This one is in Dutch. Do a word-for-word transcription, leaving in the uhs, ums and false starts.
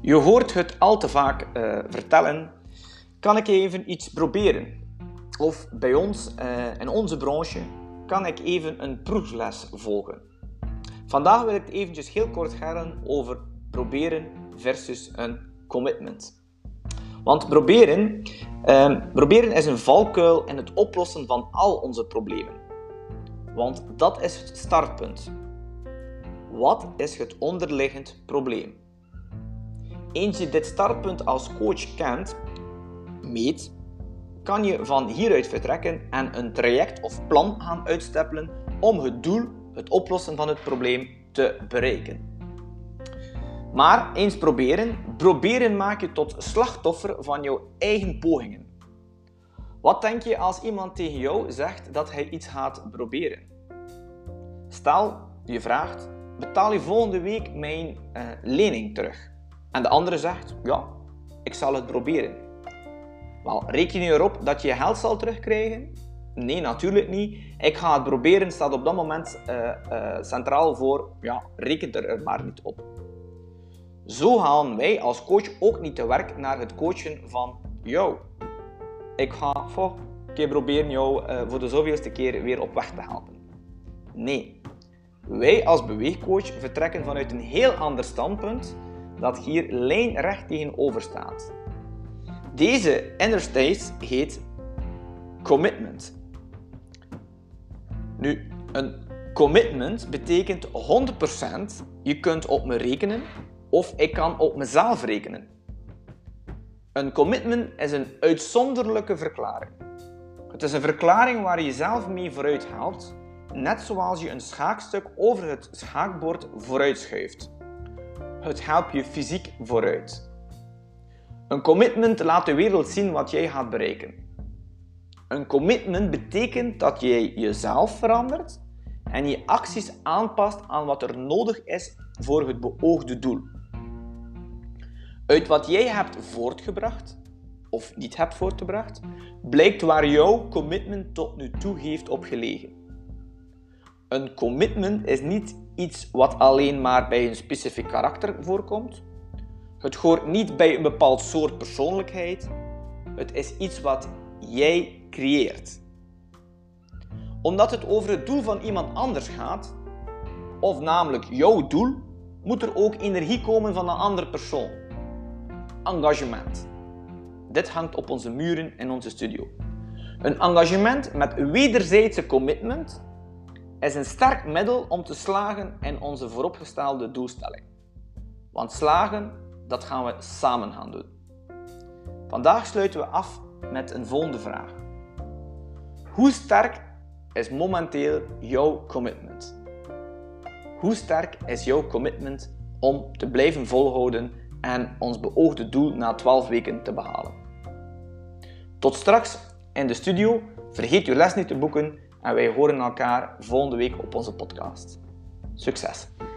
Je hoort het al te vaak uh, vertellen, kan ik even iets proberen? Of bij ons, uh, in onze branche, kan ik even een proefles volgen? Vandaag wil ik het eventjes heel kort gaan over proberen versus een commitment. Want proberen, uh, proberen is een valkuil in het oplossen van al onze problemen. Want dat is het startpunt. Wat is het onderliggend probleem? Eens je dit startpunt als coach kent, meet, kan je van hieruit vertrekken en een traject of plan gaan uitstippelen om het doel, het oplossen van het probleem, te bereiken. Maar eens proberen, proberen maak je tot slachtoffer van jouw eigen pogingen. Wat denk je als iemand tegen jou zegt dat hij iets gaat proberen? Stel, je vraagt, betaal je volgende week mijn uh, lening terug? En de andere zegt, ja, ik zal het proberen. Wel, reken je erop dat je je geld zal terugkrijgen? Nee, natuurlijk niet. Ik ga het proberen, staat op dat moment uh, uh, centraal voor, ja, reken er maar niet op. Zo gaan wij als coach ook niet te werk naar het coachen van jou. Ik ga voor een keer proberen jou uh, voor de zoveelste keer weer op weg te helpen. Nee. Wij als beweegcoach vertrekken vanuit een heel ander standpunt dat hier lijnrecht tegenover staat. Deze inner state heet commitment. Nu, een commitment betekent honderd procent je kunt op me rekenen of ik kan op mezelf rekenen. Een commitment is een uitzonderlijke verklaring. Het is een verklaring waar je jezelf mee vooruit helpt, net zoals je een schaakstuk over het schaakbord vooruit schuift. Het helpt je fysiek vooruit. Een commitment laat de wereld zien wat jij gaat bereiken. Een commitment betekent dat jij jezelf verandert en je acties aanpast aan wat er nodig is voor het beoogde doel. Uit wat jij hebt voortgebracht, of niet hebt voortgebracht, blijkt waar jouw commitment tot nu toe heeft op gelegen. Een commitment is niet iets wat alleen maar bij een specifiek karakter voorkomt. Het hoort niet bij een bepaald soort persoonlijkheid. Het is iets wat jij creëert. Omdat het over het doel van iemand anders gaat, of namelijk jouw doel, moet er ook energie komen van een andere persoon. Engagement. Dit hangt op onze muren in onze studio. Een engagement met wederzijdse commitment is een sterk middel om te slagen in onze vooropgestelde doelstelling. Want slagen, dat gaan we samen gaan doen. Vandaag sluiten we af met een volgende vraag. Hoe sterk is momenteel jouw commitment? Hoe sterk is jouw commitment om te blijven volhouden en ons beoogde doel na twaalf weken te behalen? Tot straks in de studio. Vergeet je les niet te boeken en wij horen elkaar volgende week op onze podcast. Succes!